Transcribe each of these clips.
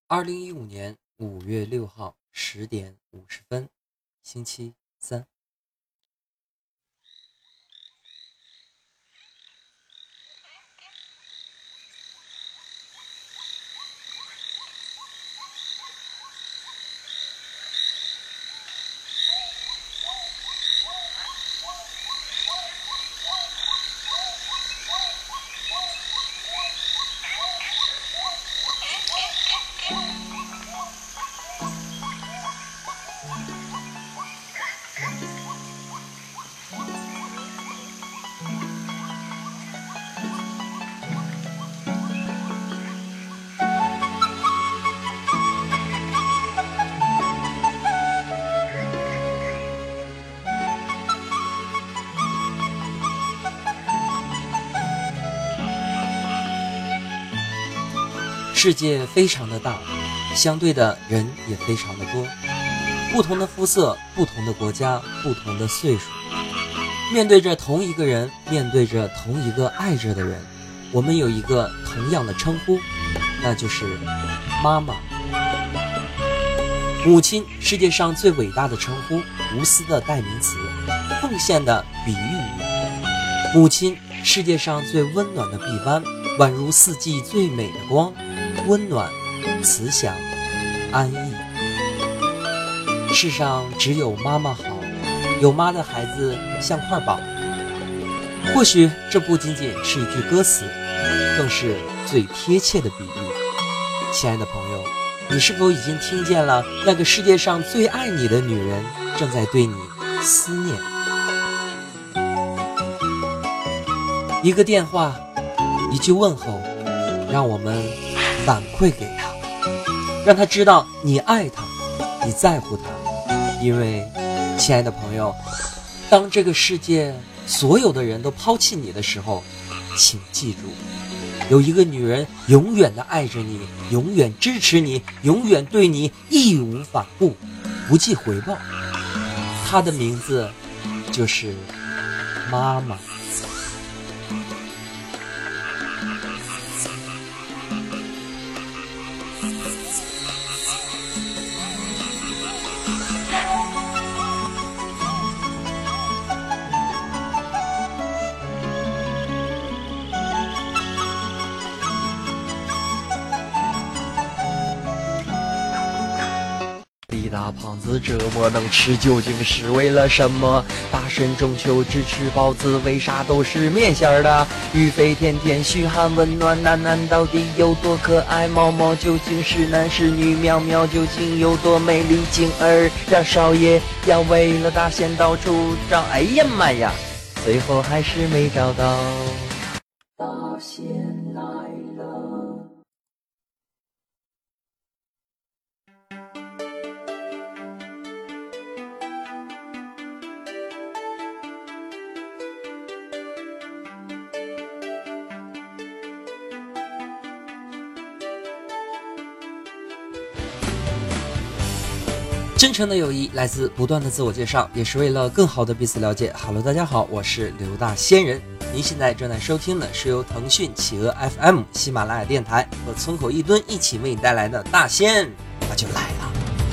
2015年5月6号10点50分，星期三。世界非常的大，相对的人也非常的多，不同的肤色，不同的国家，不同的岁数，面对着同一个人，面对着同一个爱着的人，我们有一个同样的称呼，那就是妈妈。母亲，世界上最伟大的称呼，无私的代名词，奉献的比喻语。母亲，世界上最温暖的臂弯，宛如四季最美的光，温暖、慈祥、安逸。世上只有妈妈好，有妈的孩子像块宝。或许这不仅仅是一句歌词，更是最贴切的比喻。亲爱的朋友，你是否已经听见了那个世界上最爱你的女人正在对你思念？一个电话，一句问候，让我们反馈给他，让他知道你爱他，你在乎他。因为亲爱的朋友，当这个世界所有的人都抛弃你的时候，请记住，有一个女人永远的爱着你，永远支持你，永远对你义无反顾，不计回报。她的名字就是妈妈。大胖子这么能吃，究竟是为了什么？大神中秋只吃包子，为啥都是面馅的？玉飞甜甜嘘寒问暖，楠楠到底有多可爱？毛毛究竟是男是女？苗苗究竟有多美丽？静儿让少爷要为了大仙到处找，哎呀妈呀，最后还是没找到。大仙来了。真诚的友谊来自不断的自我介绍，也是为了更好的彼此了解。Hello， 大家好，我是刘大仙人。您现在正在收听的是由腾讯、企鹅 FM、喜马拉雅电台和村口一吨一起为你带来的大仙，那就来了。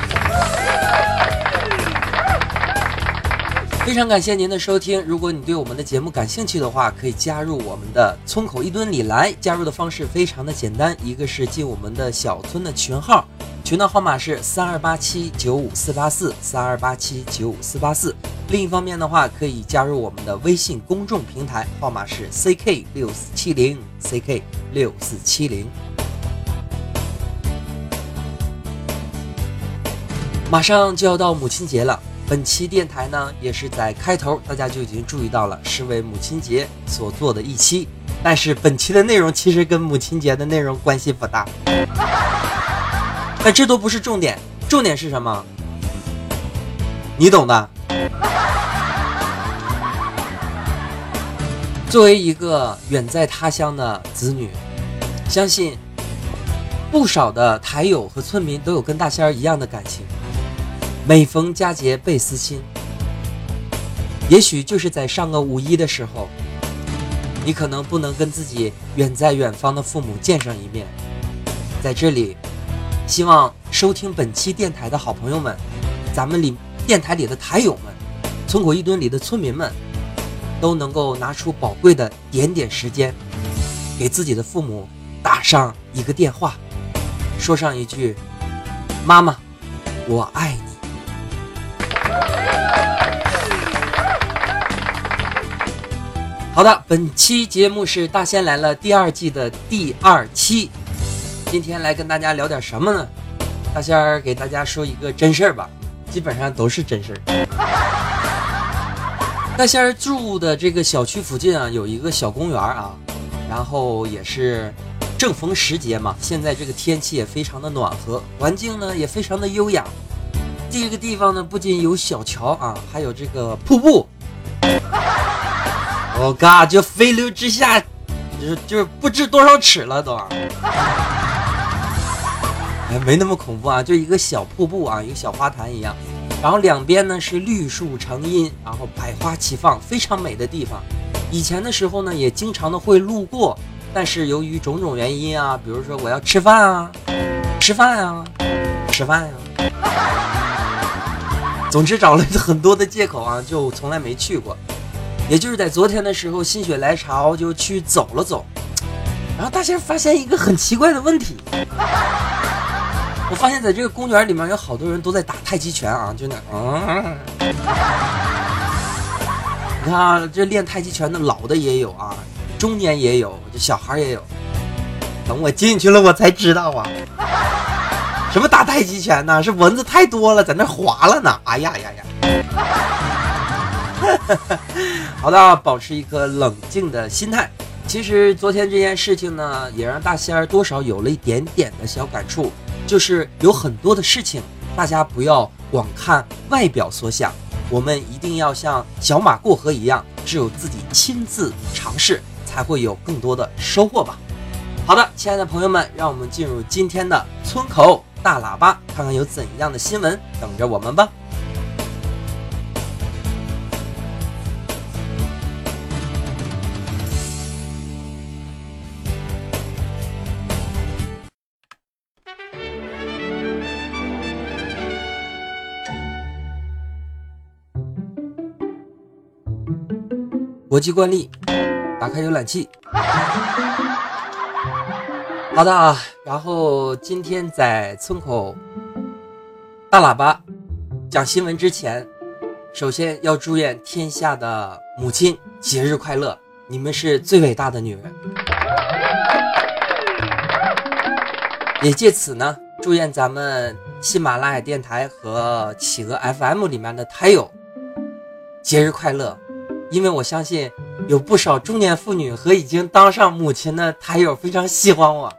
非常感谢您的收听，如果你对我们的节目感兴趣的话，可以加入我们的村口一吨里来。加入的方式非常的简单，一个是进我们的小村的群号，群的号码是3287-95484，3287-95484。另一方面的话，可以加入我们的微信公众平台，号码是 CK6470，CK6470。马上就要到母亲节了，本期电台呢，也是在开头大家就已经注意到了，是为母亲节所做的一期。但是本期的内容其实跟母亲节的内容关系不大。但这都不是重点，重点是什么？你懂的。作为一个远在他乡的子女，相信不少的台友和村民都有跟大仙儿一样的感情。每逢佳节倍思亲，也许就是在上个5·1的时候，你可能不能跟自己远在远方的父母见上一面，在这里希望收听本期电台的好朋友们，咱们电台里的台友们，村口一吨里的村民们，都能够拿出宝贵的点时间，给自己的父母打上一个电话，说上一句：妈妈，我爱你。好的，本期节目是大仙来了第2季的第2期。今天来跟大家聊点什么呢？大仙儿给大家说一个真事儿吧，基本上都是真事儿。大仙儿住的这个小区附近啊，有一个小公园啊，然后也是正逢时节嘛，现在这个天气也非常的暖和，环境呢也非常的优雅。这个地方呢不仅有小桥啊，还有这个瀑布。我嘎，就飞流直下，就是不知多少尺了都。没那么恐怖啊，就一个小瀑布啊，一个小花坛一样，然后两边呢是绿树成荫，然后百花齐放，非常美的地方。以前的时候呢也经常的会路过，但是由于种种原因啊，比如说我要吃饭啊，总之找了很多的借口啊，就从来没去过。也就是在昨天的时候心血来潮就去走了走，然后大家发现一个很奇怪的问题。我发现在这个公园里面有好多人都在打太极拳啊，就那你看啊，这练太极拳的老的也有啊，中年也有，这小孩也有。等我进去了我才知道啊，什么打太极拳呢？是蚊子太多了，在那滑了呢。哎呀。好的，保持一颗冷静的心态。其实昨天这件事情呢，也让大仙儿多少有了一点点的小感触，就是有很多的事情，大家不要光看外表所想，我们一定要像小马过河一样，只有自己亲自尝试，才会有更多的收获吧。好的，亲爱的朋友们，让我们进入今天的村口大喇叭，看看有怎样的新闻等着我们吧。国际惯例，打开浏览器。好的啊，然后今天在村口大喇叭讲新闻之前，首先要祝愿天下的母亲节日快乐，你们是最伟大的女人。也借此呢，祝愿咱们喜马拉雅电台和企鹅 FM 里面的台友节日快乐。因为我相信有不少中年妇女和已经当上母亲的台友非常喜欢我。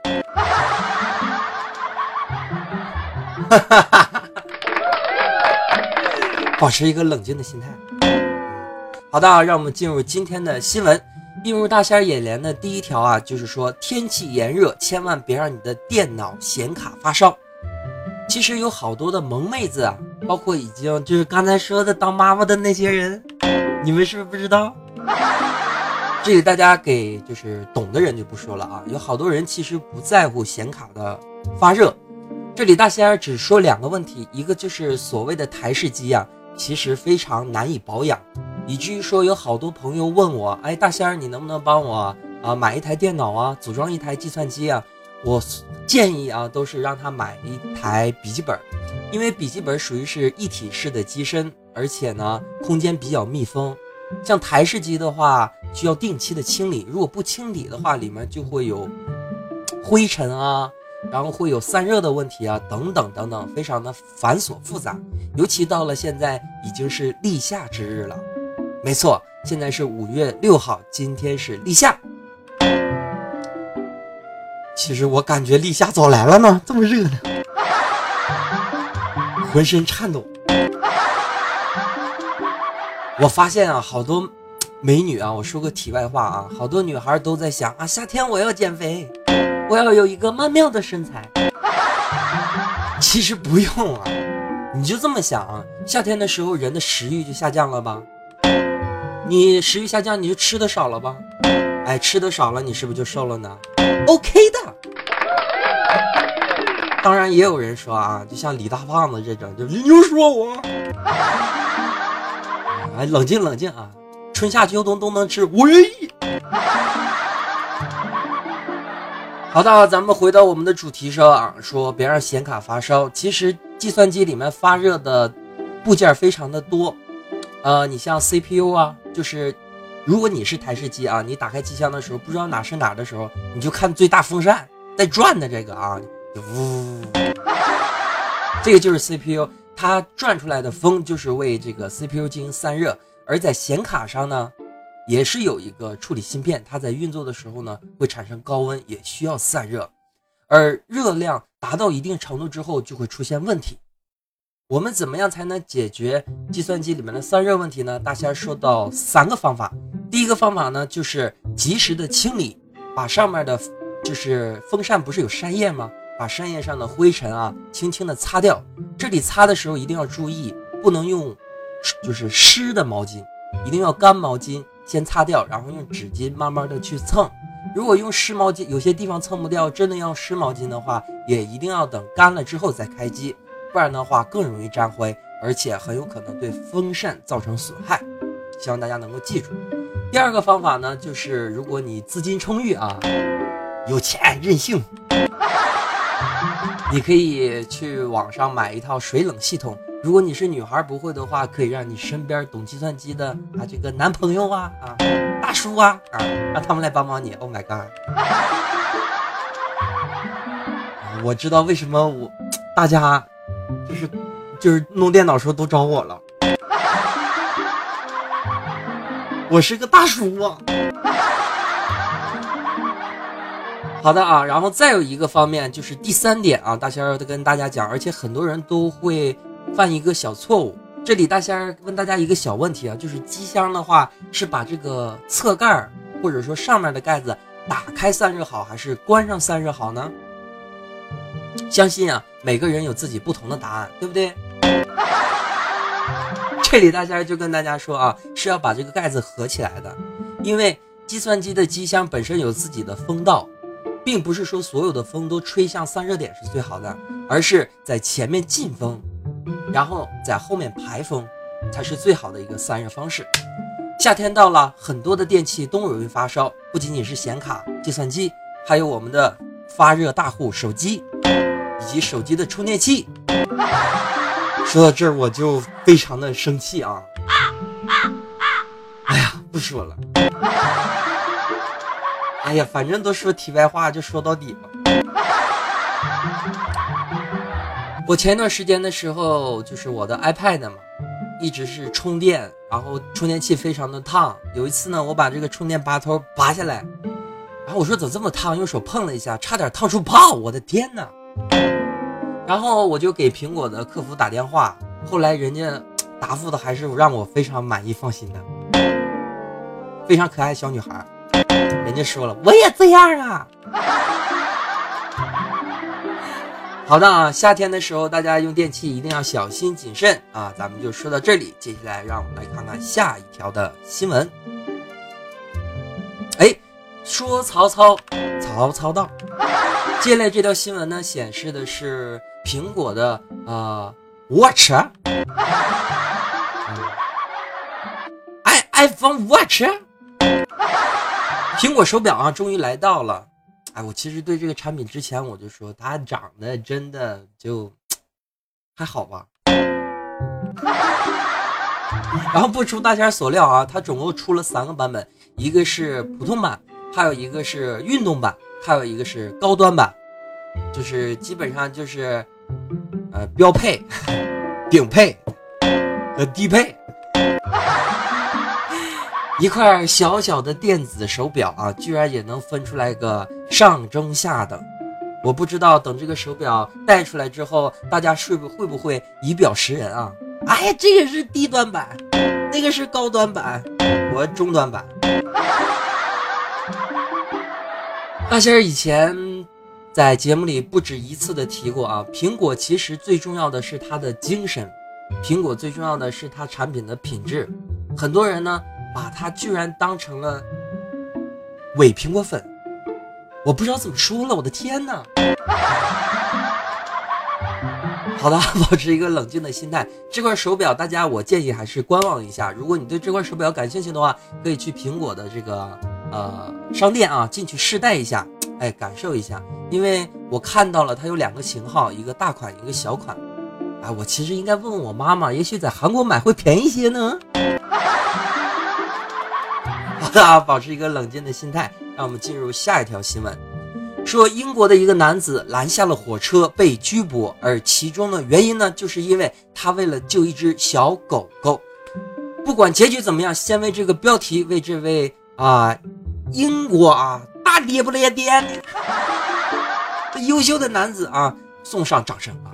保持一个冷静的心态。好的，让我们进入今天的新闻。映入大仙眼帘的第一条啊，就是说天气炎热，千万别让你的电脑显卡发烧。其实有好多的萌妹子啊，包括已经就是刚才说的当妈妈的那些人，你们是不是不知道？这里大家给就是懂的人就不说了啊，有好多人其实不在乎显卡的发热。这里大仙儿只说2个问题，一个就是所谓的台式机啊，其实非常难以保养，以至于说有好多朋友问我，哎，大仙儿你能不能帮我买一台电脑啊，组装一台计算机啊？我建议啊，都是让他买一台笔记本，因为笔记本属于是一体式的机身，而且呢空间比较密封。像台式机的话需要定期的清理，如果不清理的话里面就会有灰尘啊，然后会有散热的问题啊，等等等等，非常的繁琐复杂。尤其到了现在已经是立夏之日了，没错，现在是5月6号，今天是立夏。其实我感觉立夏早来了呢，这么热呢，浑身颤抖。我发现啊，好多美女啊，我说个题外话啊，好多女孩都在想啊，夏天我要减肥，我要有一个曼妙的身材。其实不用啊，你就这么想啊，夏天的时候人的食欲就下降了吧？你食欲下降，你就吃的少了吧？哎，吃的少了，你是不是就瘦了呢？OK 的， 当然也有人说啊，就像李大胖子这种，就你就说我，哎，冷静冷静啊，春夏秋冬都能吃，我愿意。好的，咱们回到我们的主题上啊，说别让显卡发烧。其实计算机里面发热的部件非常的多，你像 CPU 啊，就是如果你是台式机啊，你打开机箱的时候不知道哪是哪的时候，你就看最大风扇在转的这个啊，就呜，这个就是 CPU， 它转出来的风就是为这个 CPU 进行散热。而在显卡上呢，也是有一个处理芯片，它在运作的时候呢会产生高温，也需要散热，而热量达到一定程度之后就会出现问题。我们怎么样才能解决计算机里面的散热问题呢？大仙说到3个方法。第一个方法呢，就是及时的清理，把上面的就是风扇不是有扇叶吗？把扇叶上的灰尘啊轻轻的擦掉。这里擦的时候一定要注意，不能用就是湿的毛巾，一定要干毛巾先擦掉，然后用纸巾慢慢的去蹭。如果用湿毛巾有些地方蹭不掉，真的要湿毛巾的话，也一定要等干了之后再开机，不然的话更容易沾灰，而且很有可能对风扇造成损害。希望大家能够记住。第二个方法呢，就是如果你资金充裕啊，有钱任性，你可以去网上买一套水冷系统。如果你是女孩不会的话，可以让你身边懂计算机的啊，这个男朋友啊大叔啊让他们来帮帮你。Oh my god！ 我知道为什么大家就是弄电脑时候都找我了，我是个大叔啊。好的啊，然后再有一个方面就是第3点啊，大仙要跟大家讲，而且很多人都会犯一个小错误。这里大仙问大家一个小问题啊，就是机箱的话是把这个侧盖或者说上面的盖子打开散热好，还是关上散热好呢？相信啊每个人有自己不同的答案，对不对？这里大仙就跟大家说啊，是要把这个盖子合起来的，因为计算机的机箱本身有自己的风道，并不是说所有的风都吹向散热点是最好的，而是在前面进风，然后在后面排风，才是最好的一个散热方式。夏天到了，很多的电器都容易发烧，不仅仅是显卡、计算机，还有我们的发热大户手机以及手机的充电器。说到这儿我就非常的生气啊！哎呀，不说了。哎呀，反正都说题外话，就说到底了。我前段时间的时候，就是我的 iPad 嘛，一直是充电，然后充电器非常的烫。有一次呢，我把这个充电拔头拔下来，然后我说怎么这么烫，用手碰了一下，差点烫出泡，我的天哪！然后我就给苹果的客服打电话，后来人家答复的还是让我非常满意放心的，非常可爱小女孩。人家说了，我也这样啊。好的啊，夏天的时候大家用电器一定要小心谨慎啊。咱们就说到这里，接下来让我们来看看下一条的新闻。说曹操，曹操到。接下来这条新闻呢，显示的是苹果的Watch， iPhone Watch， 苹果手表啊，终于来到了。我其实对这个产品之前我就说，它长得真的就还好吧。然后不出大家所料啊，它总共出了3个版本，一个是普通版，还有一个是运动版，还有一个是高端版，就是基本上就是标配、顶配和低配。一块小小的电子手表啊，居然也能分出来个上中下等。我不知道等这个手表带出来之后，大家会不会以表识人啊？这个是低端版，那个是高端版，我中端版。大仙儿以前在节目里不止一次的提过啊，苹果其实最重要的是它的精神，苹果最重要的是它产品的品质。很多人呢把它居然当成了伪苹果粉，我不知道怎么说了，我的天哪！ 好的，保持一个冷静的心态。这块手表，大家我建议还是观望一下。如果你对这块手表感兴趣的话，可以去苹果的这个商店啊，进去试戴一下，哎，感受一下。因为我看到了它有2个型号，一个大款，一个小款。哎，我其实应该问问我妈妈，也许在韩国买会便宜些呢。好的，保持一个冷静的心态，让我们进入下一条新闻。说英国的一个男子拦下了火车被拘捕，而其中的原因呢，就是因为他为了救一只小狗狗。不管结局怎么样，先为这个标题为这位英国大咧不咧颠的优秀的男子送上掌声啊！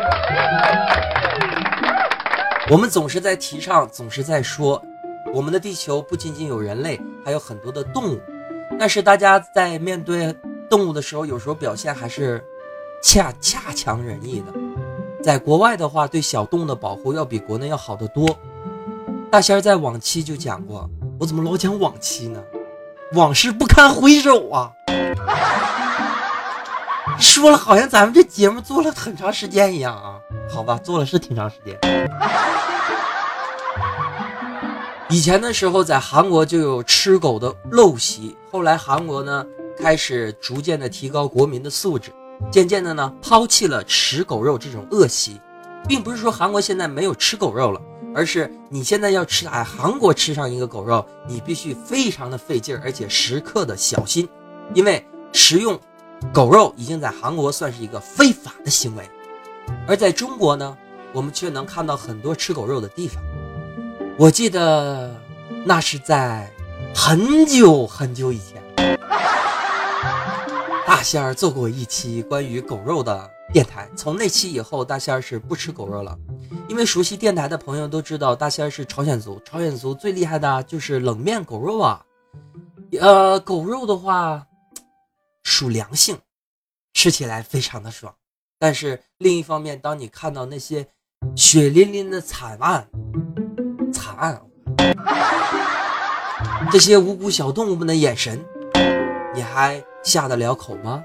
我们总是在提倡，总是在说，我们的地球不仅仅有人类，还有很多的动物，但是大家在面对动物的时候，有时候表现还是恰强人意的。在国外的话，对小动物的保护要比国内要好得多。大仙儿在往期就讲过，我怎么老讲往期呢？往事不堪回首啊！说了好像咱们这节目做了很长时间一样啊。好吧，做了是挺长时间。以前的时候在韩国就有吃狗的陋习，后来韩国呢开始逐渐的提高国民的素质，渐渐的呢抛弃了吃狗肉这种恶习。并不是说韩国现在没有吃狗肉了，而是你现在要吃韩国吃上一个狗肉，你必须非常的费劲，而且时刻的小心，因为食用狗肉已经在韩国算是一个非法的行为。而在中国呢，我们却能看到很多吃狗肉的地方。我记得那是在很久很久以前，大仙儿做过一期关于狗肉的电台，从那期以后大仙儿是不吃狗肉了。因为熟悉电台的朋友都知道，大仙儿是朝鲜族，朝鲜族最厉害的就是冷面狗肉啊。狗肉的话属凉性，吃起来非常的爽。但是另一方面，当你看到那些血淋淋的惨案，这些无辜小动物们的眼神，你还下得了口吗？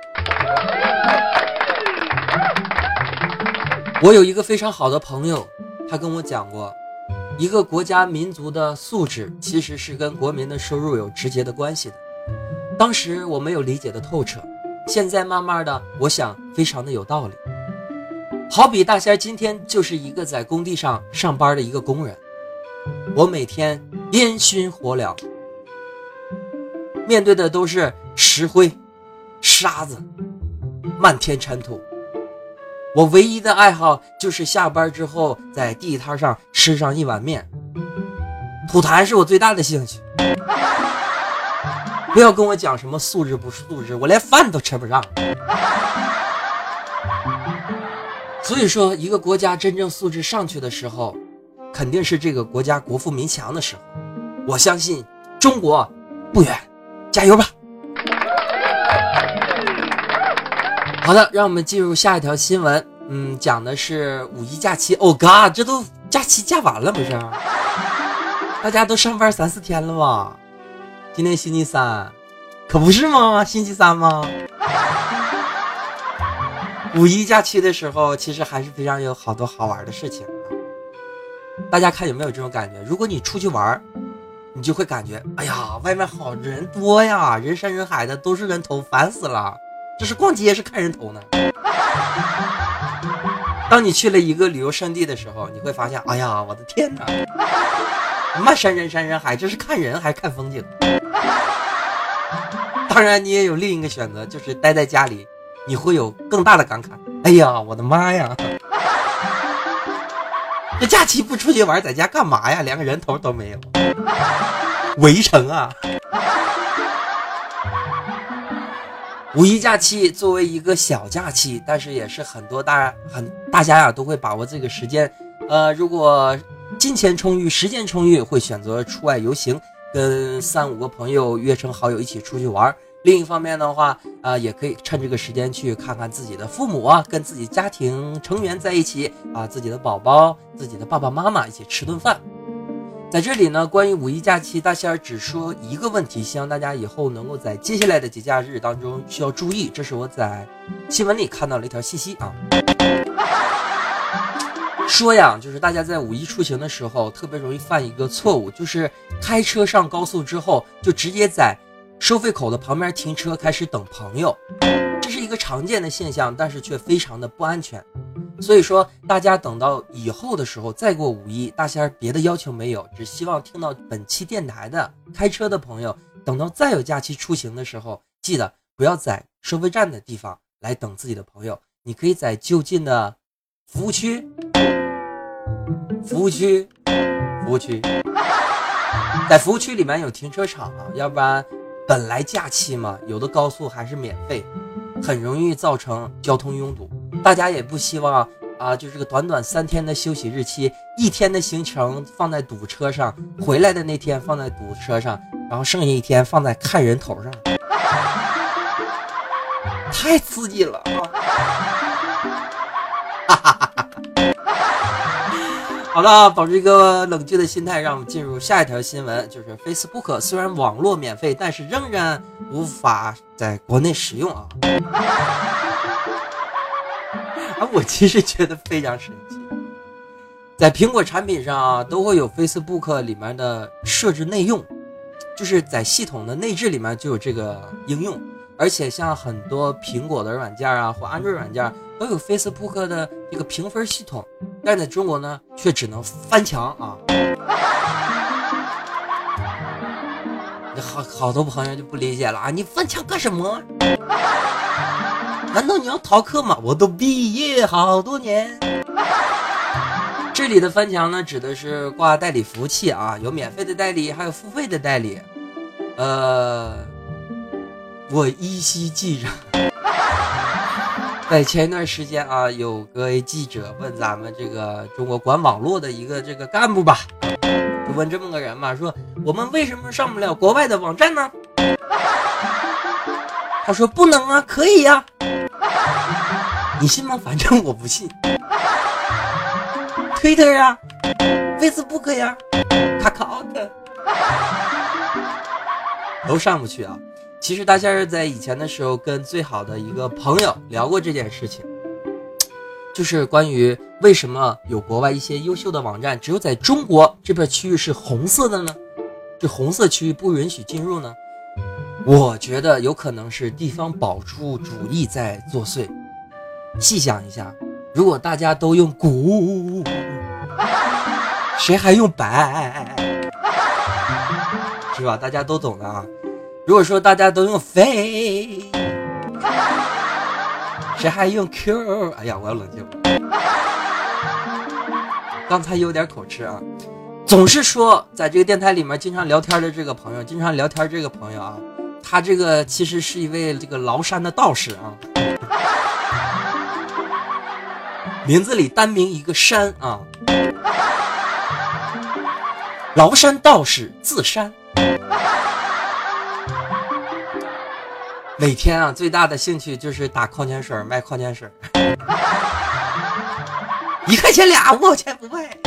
我有一个非常好的朋友，他跟我讲过，一个国家民族的素质其实是跟国民的收入有直接的关系的。当时我没有理解的透彻，现在慢慢的我想非常的有道理。好比大仙今天就是一个在工地上上班的一个工人，我每天烟熏火燎，面对的都是石灰、沙子、漫天尘土。我唯一的爱好就是下班之后在地摊上吃上一碗面，吐痰是我最大的兴趣。不要跟我讲什么素质不素质，我连饭都吃不上。所以说，一个国家真正素质上去的时候，肯定是这个国家国富民强的时候。我相信中国不远，加油吧！好的，让我们进入下一条新闻。讲的是五一假期。Oh God， 这都假期假完了不是？大家都上班3-4天了吧？今天星期三，可不是吗？星期三吗？五一假期的时候，其实还是非常有好多好玩的事情。大家看有没有这种感觉？如果你出去玩，你就会感觉，哎呀，外面好人多呀，人山人海的，都是人头，烦死了。这是逛街是看人头呢。当你去了一个旅游胜地的时候，你会发现，哎呀，我的天哪，漫山人山人海，这是看人还是看风景？当然你也有另一个选择，就是待在家里，你会有更大的感慨，哎呀，我的妈呀，这假期不出去玩，在家干嘛呀？连个人头都没有，围城啊。五一假期作为一个小假期，但是也是很多大家呀都会把握这个时间。如果金钱充裕、时间充裕，会选择出外游行，跟3-5个朋友约成好友一起出去玩。另一方面的话，也可以趁这个时间去看看自己的父母啊，跟自己家庭成员在一起啊，自己的宝宝、自己的爸爸妈妈一起吃顿饭。在这里呢，关于五一假期，大仙儿只说一个问题，希望大家以后能够在接下来的节假日当中需要注意。这是我在新闻里看到了一条信息啊。 说呀，就是大家在五一出行的时候，特别容易犯一个错误，就是开车上高速之后，就直接在收费口的旁边停车，开始等朋友。这是一个常见的现象，但是却非常的不安全。所以说，大家等到以后的时候，再过五一，大仙儿别的要求没有，只希望听到本期电台的开车的朋友，等到再有假期出行的时候，记得不要在收费站的地方来等自己的朋友，你可以在就近的服务区，在服务区里面有停车场啊，要不然本来假期嘛，有的高速还是免费，很容易造成交通拥堵。大家也不希望就这个短短3天的休息日期，1天的行程放在堵车上，回来的那天放在堵车上，然后剩下1天放在看人头上，太刺激了好了，保持一个冷静的心态，让我们进入下一条新闻，就是 Facebook 虽然网络免费，但是仍然无法在国内使用啊。我其实觉得非常神奇，在苹果产品上都会有 Facebook 里面的设置内用，就是在系统的内置里面就有这个应用，而且像很多苹果的软件或安卓软件都有 Facebook 的这个评分系统，但在中国呢却只能翻墙啊。好多朋友就不理解了你翻墙干什么？难道你要逃课吗？我都毕业好多年。这里的翻墙呢，指的是挂代理服务器啊，有免费的代理，还有付费的代理。我依稀记着，在前一段时间有个记者问咱们这个中国管网络的一个这个干部吧，就问这么个人嘛，说我们为什么上不了国外的网站呢？他说不能啊，可以呀。你信吗？反正我不信。Twitter 呀 ，Facebook 呀 ，Kakao 都上不去啊。其实大仙儿在以前的时候跟最好的一个朋友聊过这件事情，就是关于为什么有国外一些优秀的网站只有在中国这片区域是红色的呢？这红色区域不允许进入呢？我觉得有可能是地方保护主义在作祟。细想一下，如果大家都用古，谁还用白？是吧？大家都懂的啊。如果说大家都用飞，谁还用 Q？ 哎呀，我要冷静。刚才有点口吃啊。总是说在这个电台里面经常聊天的这个朋友，他这个其实是一位这个崂山的道士啊。名字里单名一个山啊，崂山道士字山，每天最大的兴趣就是打矿泉水，卖矿泉水，1块钱俩，5毛钱不卖。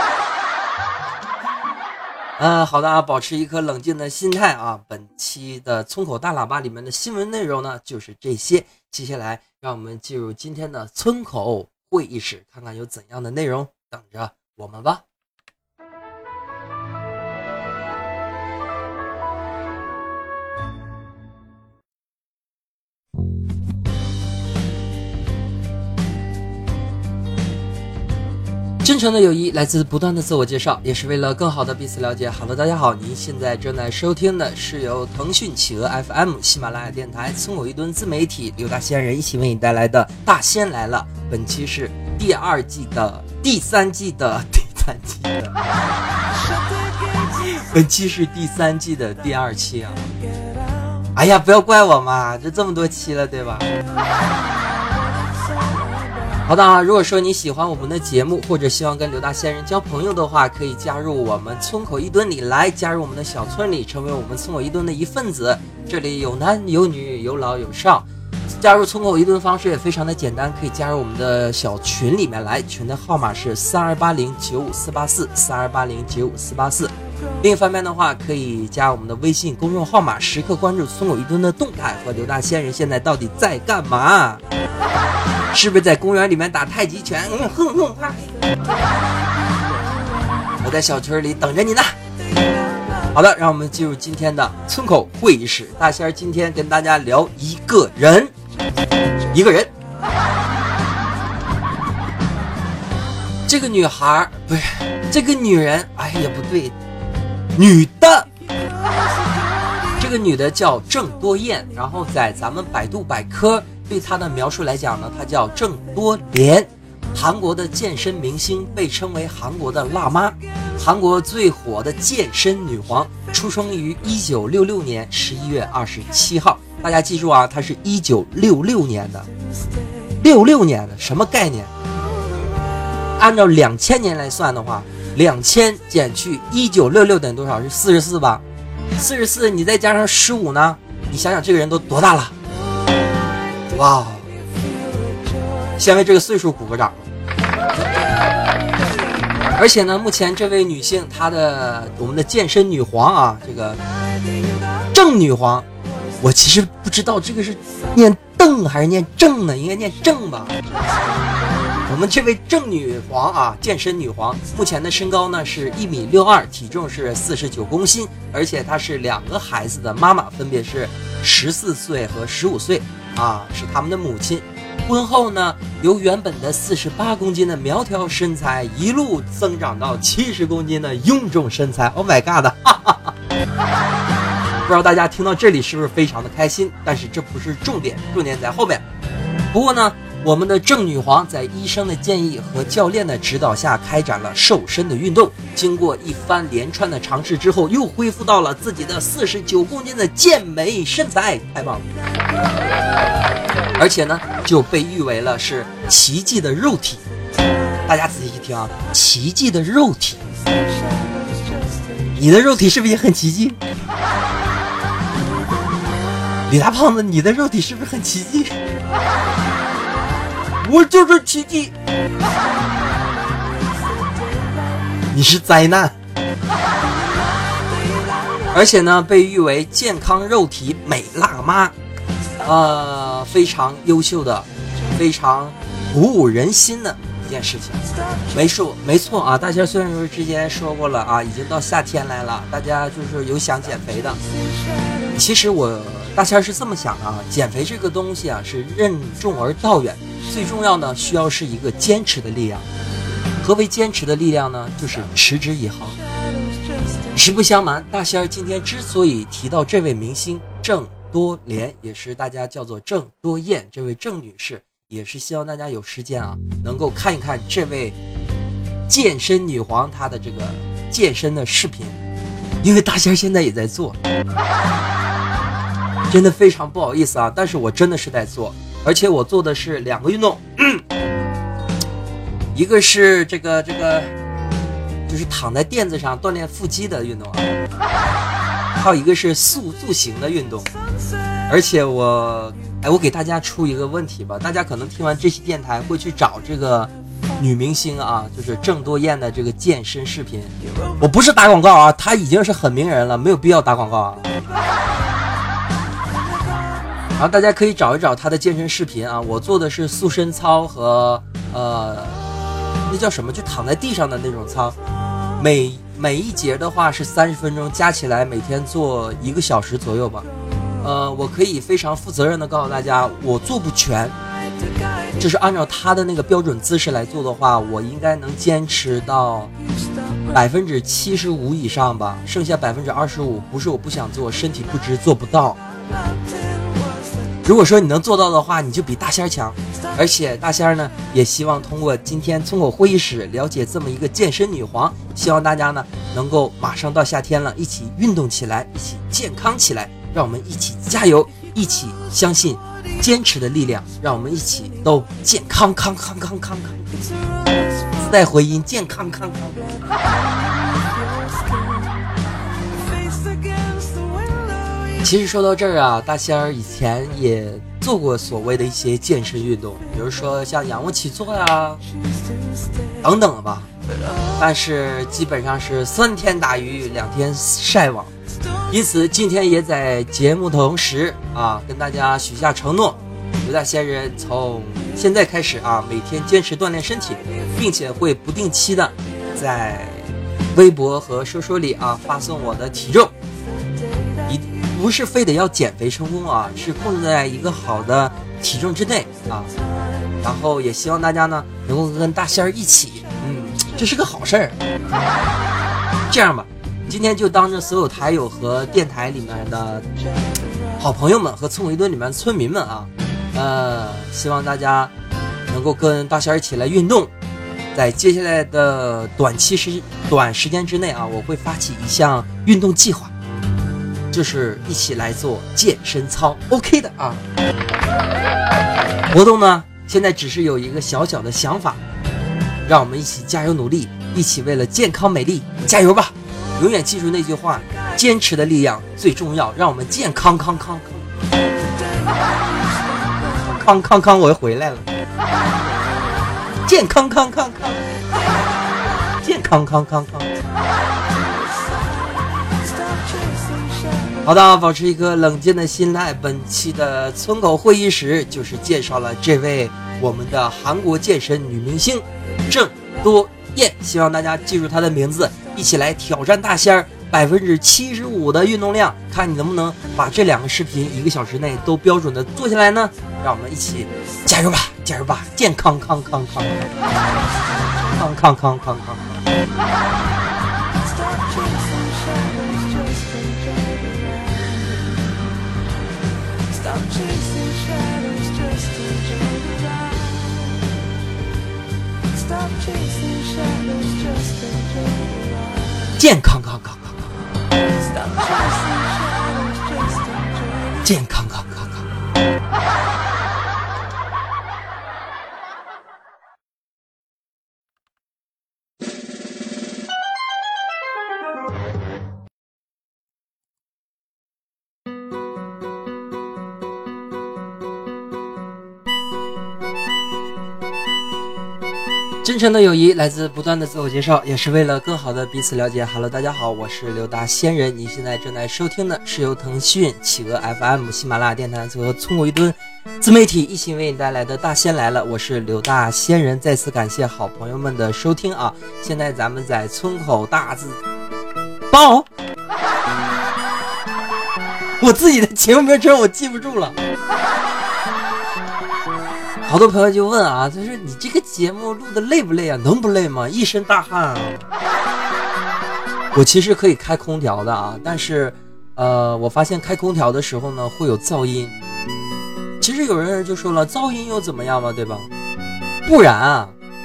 好的保持一颗冷静的心态啊。本期的村口大喇叭里面的新闻内容呢就是这些，接下来让我们进入今天的村口会议室，看看有怎样的内容等着我们吧。真诚的友谊来自不断的自我介绍，也是为了更好的彼此了解。Hello， 大家好，您现在正在收听的是由腾讯企鹅 FM、喜马拉雅电台、村口一吨自媒体刘大仙人一起为你带来的大仙来了。本期是第3季的本期是第3季的第2期啊！哎呀，不要怪我嘛，这么多期了，对吧？好的如果说你喜欢我们的节目，或者希望跟刘大仙人交朋友的话，可以加入我们村口一吨里来，加入我们的小村里，成为我们村口一吨的一份子。这里有男有女，有老有少。加入村口一吨方式也非常的简单，可以加入我们的小群里面来，群的号码是3280-95484，3280-95484。另一方面的话，可以加我们的微信公众号码，时刻关注村口一吨的动态和刘大仙人现在到底在干嘛。 是不是在公园里面打太极拳？哼哼哈！我在小区里等着你呢。好的，让我们进入今天的村口会议室。大仙儿今天跟大家聊一个人。这个女孩不是这个女人，哎也不对，女的。这个女的叫郑多燕，然后在咱们百度百科对她的描述来讲呢，她叫郑多莲，韩国的健身明星，被称为韩国的辣妈，韩国最火的健身女皇，出生于1966年11月27号。大家记住啊，她是1966年的，66年的什么概念？按照2000年来算的话，2000减去1966等于多少？是44吧？44你再加上15呢？你想想这个人都多大了？哇！先为这个岁数鼓个掌。而且呢，目前这位女性，我们的健身女皇啊，这个郑女皇，我其实不知道这个是念邓还是念郑呢？应该念郑吧。我们这位郑女皇啊，健身女皇，目前的身高呢是1.62米，体重是49公斤，而且她是2个孩子的妈妈，分别是14岁和15岁啊，是他们的母亲。婚后呢，由原本的48公斤的苗条身材，一路增长到70公斤的臃肿身材。Oh my god！ 不知道大家听到这里是不是非常的开心？但是这不是重点，重点在后面。不过呢，我们的郑女皇在医生的建议和教练的指导下开展了瘦身的运动，经过一番连串的尝试之后，又恢复到了自己的49公斤的健美身材，太棒了！而且呢，就被誉为了是奇迹的肉体。大家仔细一听啊，奇迹的肉体，你的肉体是不是也很奇迹？李大胖子，你的肉体是不是很奇迹？我就是奇迹，你是灾难。而且呢，被誉为健康肉体美辣妈，非常优秀的，非常鼓舞人心的一件事情。没错啊，大仙虽然说之前说过了啊，已经到夏天来了，大家就是有想减肥的。其实大仙是这么想的啊，减肥这个东西啊是任重而道远，最重要呢需要是一个坚持的力量。何为坚持的力量呢？就是持之以恒。实不相瞒，大仙今天之所以提到这位明星郑多莲，也是大家叫做郑多燕，这位郑女士，也是希望大家有时间啊能够看一看这位健身女皇她的这个健身的视频，因为大仙现在也在做。真的非常不好意思啊，但是我真的是在做，而且我做的是2个运动，一个是这个就是躺在垫子上锻炼腹肌的运动啊，还有一个是塑形的运动。而且我给大家出一个问题吧，大家可能听完这期电台会去找这个女明星啊，就是郑多燕的这个健身视频。我不是打广告啊，她已经是很名人了，没有必要打广告啊。然后大家可以找一找他的健身视频啊，我做的是塑身操和那叫什么，就躺在地上的那种操，每一节的话是30分钟，加起来每天做1个小时左右吧。我可以非常负责任的告诉大家，我做不全，就是按照他的那个标准姿势来做的话，我应该能坚持到75%以上吧，剩下25%不是我不想做，身体不支做不到。如果说你能做到的话，你就比大仙强。而且大仙呢也希望通过今天村口会议室了解这么一个健身女皇，希望大家呢能够马上到夏天了，一起运动起来，一起健康起来，让我们一起加油，一起相信坚持的力量，让我们一起都健康康自带回音，健康康。其实说到这儿啊，大仙儿以前也做过所谓的一些健身运动，比如说像仰卧起坐呀等等吧，但是基本上是3天打鱼2天晒网。因此今天也在节目同时啊，跟大家许下承诺， 刘大仙人从现在开始啊，每天坚持锻炼身体，并且会不定期的在微博和说说里啊发送我的体重，不是非得要减肥成功啊，是控制在一个好的体重之内啊。然后也希望大家呢能够跟大仙儿一起，这是个好事儿。这样吧，今天就当着所有台友和电台里面的好朋友们和村委队里面的村民们啊，希望大家能够跟大仙儿一起来运动。在接下来的短时间之内啊，我会发起一项运动计划，就是一起来做健身操 ，OK 的啊。活动呢，现在只是有一个小小的想法，让我们一起加油努力，一起为了健康美丽加油吧！永远记住那句话，坚持的力量最重要，让我们健康康，我又回来了，健康康，健康康。好的，保持一颗冷静的心态。本期的村口会议室就是介绍了这位我们的韩国健身女明星郑多燕，希望大家记住她的名字，一起来挑战大仙儿75%的运动量，看你能不能把这2个视频1个小时内都标准的做下来呢？让我们一起加油吧，健康康。健康康，健康康。真诚的友谊来自不断的自我介绍，也是为了更好的彼此了解。Hello， 大家好，我是刘大仙人。你现在正在收听的是由腾讯、企鹅 FM、喜马拉雅电台和村口一吨自媒体一起为你带来的大仙来了。我是刘大仙人，再次感谢好朋友们的收听啊！现在咱们在村口大字报，我自己的节目名称我记不住了。好多朋友就问啊，他说你这个节目录的累不累啊？能不累吗？一身大汗啊！我其实可以开空调的啊，但是我发现开空调的时候呢会有噪音。其实有人就说了，噪音又怎么样嘛，对吧？不然啊，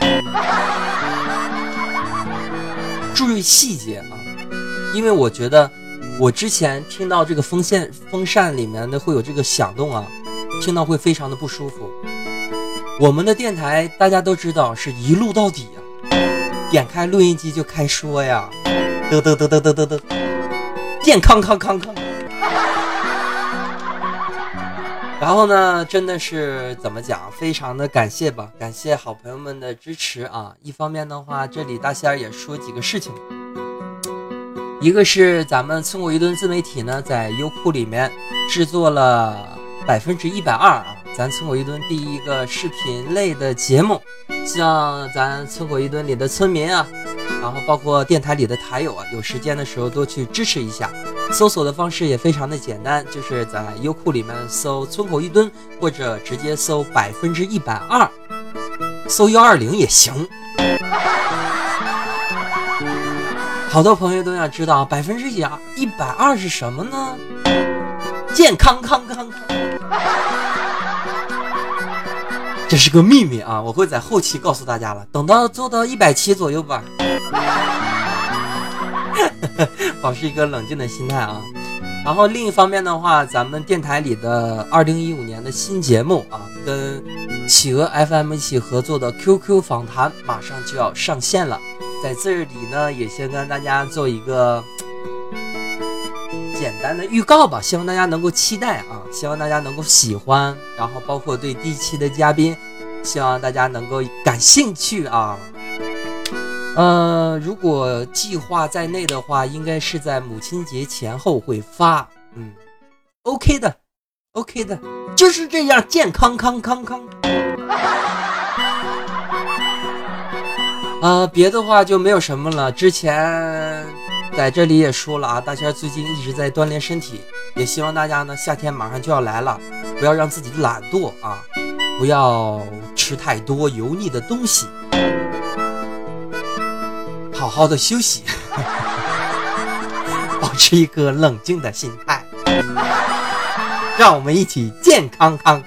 注意细节啊，因为我觉得我之前听到这个风扇里面的会有这个响动啊，听到会非常的不舒服。我们的电台大家都知道是一录到底啊，点开录音机就开说呀，得，健康。然后呢，真的是怎么讲，非常的感谢吧，感谢好朋友们的支持啊。一方面的话，这里大仙儿也说几个事情，一个是咱们村口一吨自媒体呢，在优酷里面制作了120%啊。咱村口一吨第一个视频类的节目，希望咱村口一吨里的村民啊，然后包括电台里的台友啊，有时间的时候多去支持一下。搜索的方式也非常的简单，就是在优酷里面搜村口一吨，或者直接搜120%，搜120也行。好多朋友都想知道120%是什么呢？健康。这是个秘密啊，我会在后期告诉大家了，等到做到170左右吧。保持一个冷静的心态啊。然后另一方面的话，咱们电台里的2015年的新节目啊，跟企鹅 FM 一起合作的 QQ 访谈马上就要上线了。在这里呢，也先跟大家做一个简单的预告吧，希望大家能够期待啊，希望大家能够喜欢，然后包括对第一期的嘉宾，希望大家能够感兴趣啊。如果计划在内的话，应该是在母亲节前后会发，OK 的 OK 的，就是这样，健康康。别的话就没有什么了。之前在这里也说了啊，大仙最近一直在锻炼身体，也希望大家呢，夏天马上就要来了，不要让自己懒惰啊，不要吃太多油腻的东西，好好的休息，保持一颗冷静的心态，让我们一起健康康。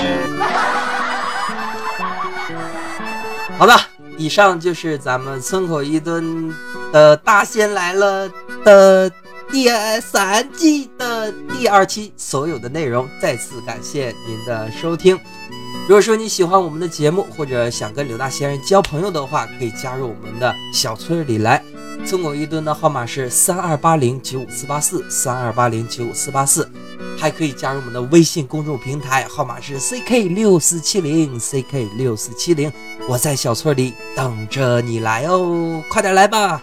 好的，以上就是咱们村口一吨的大仙来了的第3季的第2期所有的内容，再次感谢您的收听。如果说你喜欢我们的节目，或者想跟柳大仙人交朋友的话，可以加入我们的小村里来。村口一吨的号码是328095484328095484，还可以加入我们的微信公众平台，号码是 CK6470 我在小村里等着你来哦，快点来吧。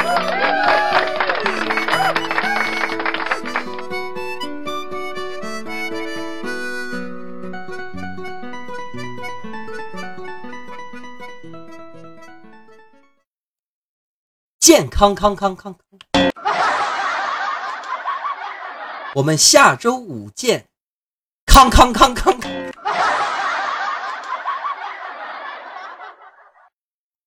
健康康，我们下周5见，康。